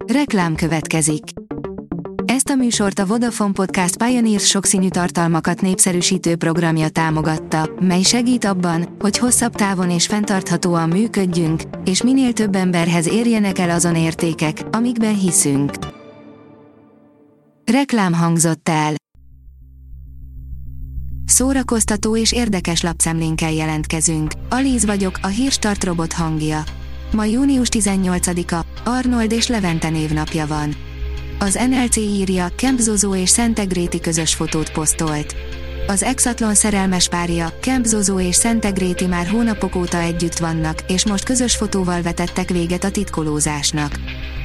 Reklám következik. Ezt a műsort a Vodafone Podcast Pioneers sokszínű tartalmakat népszerűsítő programja támogatta, mely segít abban, hogy hosszabb távon és fenntarthatóan működjünk, és minél több emberhez érjenek el azon értékek, amikben hiszünk. Reklám hangzott el. Szórakoztató és érdekes lapszemlénkkel jelentkezünk. Alíz vagyok, a Hírstart robot hangja. Ma június 18-a, Arnold és Levente névnapja van. Az NLC írja, Kemp Zozó és Szentegréti közös fotót posztolt. Az exatlon szerelmes párja, Kemp Zozó és Szentegréti már hónapok óta együtt vannak, és most közös fotóval vetettek véget a titkolózásnak.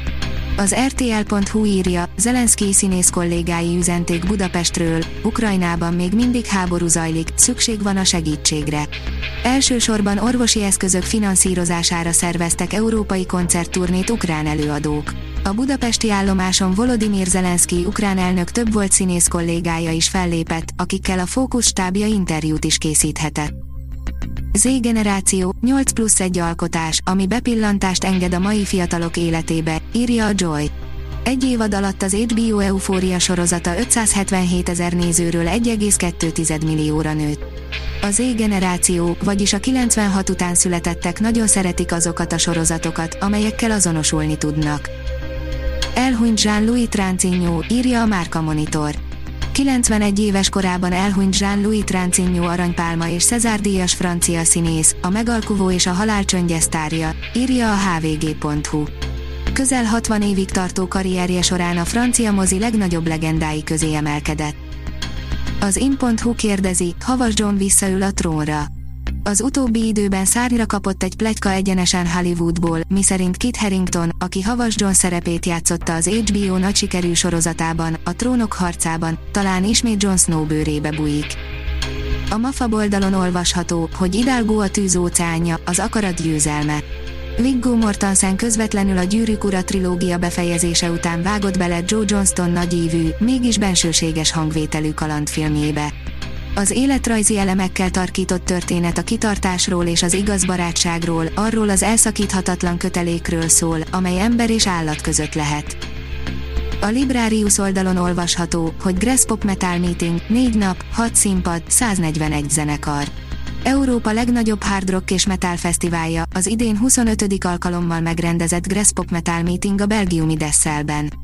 Az RTL.hu írja, Zelenszkij színész kollégái üzenték Budapestről, Ukrajnában még mindig háború zajlik, szükség van a segítségre. Elsősorban orvosi eszközök finanszírozására szerveztek európai koncertturnét ukrán előadók. A budapesti állomáson Volodymyr Zelenszkij ukrán elnök több volt színész kollégája is fellépett, akikkel a Fókusz stábja interjút is készíthetett. Z-generáció, 8+1 alkotás, ami bepillantást enged a mai fiatalok életébe, írja a Joy. Egy évad alatt az HBO Euphoria sorozata 577 000 nézőről 1,2 millióra nőtt. A Z-generáció, vagyis a 96 után születettek nagyon szeretik azokat a sorozatokat, amelyekkel azonosulni tudnak. Elhunyt Jean-Louis Trintignant, írja a Márka Monitor. 91 éves korában elhunyt Jean-Louis Trintignant aranypálma és César díjas francia színész, a megalkuvó és a halál csöndje sztárja, írja a hvg.hu. Közel 60 évig tartó karrierje során a francia mozi legnagyobb legendái közé emelkedett. Az in.hu kérdezi, Havas John visszaül a trónra. Az utóbbi időben szárnyra kapott egy pletyka egyenesen Hollywoodból, miszerint Kit Harington, aki Havas John szerepét játszotta az HBO nagy sikerű sorozatában, a Trónok harcában, talán ismét Jon Snow bőrébe bújik. A Mafab oldalon olvasható, hogy Hidalgo a tűz óceánja, az akarat győzelme. Viggo Mortensen közvetlenül a Gyűrűk ura trilógia befejezése után vágott bele Joe Johnston nagyívű, mégis bensőséges hangvételű kalandfilmjébe. Az életrajzi elemekkel tarkított történet a kitartásról és az igaz barátságról, arról az elszakíthatatlan kötelékről szól, amely ember és állat között lehet. A Librarius oldalon olvasható, hogy Grass Pop Metal Meeting, 4 nap, 6 színpad, 141 zenekar. Európa legnagyobb hard rock és metal fesztiválja, az idén 25. alkalommal megrendezett Grass Pop Metal Meeting a belgiumi Desselben.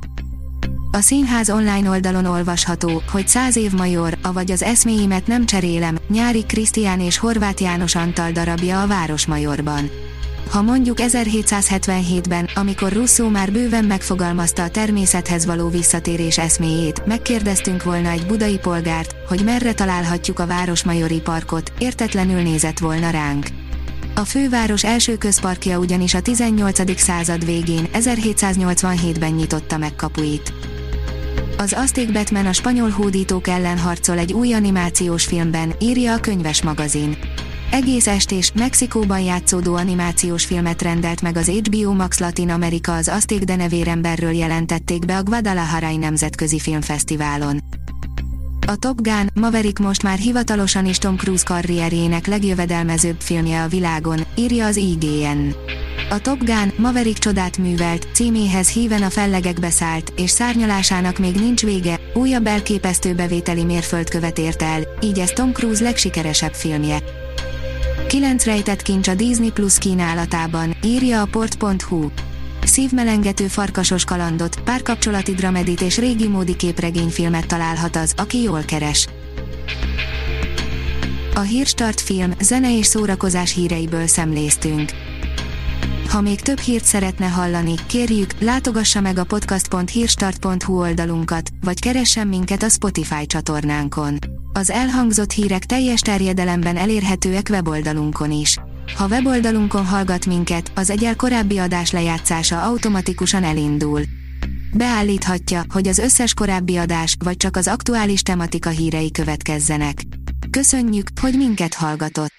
A színház online oldalon olvasható, hogy 100 év major, avagy az eszméimet nem cserélem, Nyári Krisztián és Horváth János Antal darabja a Városmajorban. Ha mondjuk 1777-ben, amikor Rousseau már bőven megfogalmazta a természethez való visszatérés eszméjét, megkérdeztünk volna egy budai polgárt, hogy merre találhatjuk a Városmajori parkot, értetlenül nézett volna ránk. A főváros első közparkja ugyanis a 18. század végén, 1787-ben nyitotta meg kapuit. Az Azték Batman a spanyol hódítók ellen harcol egy új animációs filmben, írja a Könyves magazin. Egész estés, Mexikóban játszódó animációs filmet rendelt meg az HBO Max Latin America az Azték denevéremberről jelentették be a Guadalajara-i Nemzetközi Filmfesztiválon. A Top Gun, Maverick most már hivatalosan is Tom Cruise karrierjének legjövedelmezőbb filmje a világon, írja az IGN. A Top Gun, Maverick csodát művelt, címéhez híven a fellegekbe szállt, és szárnyalásának még nincs vége, újabb elképesztő bevételi mérföldkövet ért el, így ez Tom Cruise legsikeresebb filmje. 9 rejtett kincs a Disney Plus kínálatában, írja a port.hu. Szívmelengető farkasos kalandot, párkapcsolati dramedit és régi módi képregényfilmet találhat az, aki jól keres. A Hírstart film, zene és szórakozás híreiből szemléztünk. Ha még több hírt szeretne hallani, kérjük, látogassa meg a podcast.hírstart.hu oldalunkat, vagy keressen minket a Spotify csatornánkon. Az elhangzott hírek teljes terjedelemben elérhetőek weboldalunkon is. Ha weboldalunkon hallgat minket, az egyel korábbi adás lejátszása automatikusan elindul. Beállíthatja, hogy az összes korábbi adás, vagy csak az aktuális tematika hírei következzenek. Köszönjük, hogy minket hallgatott!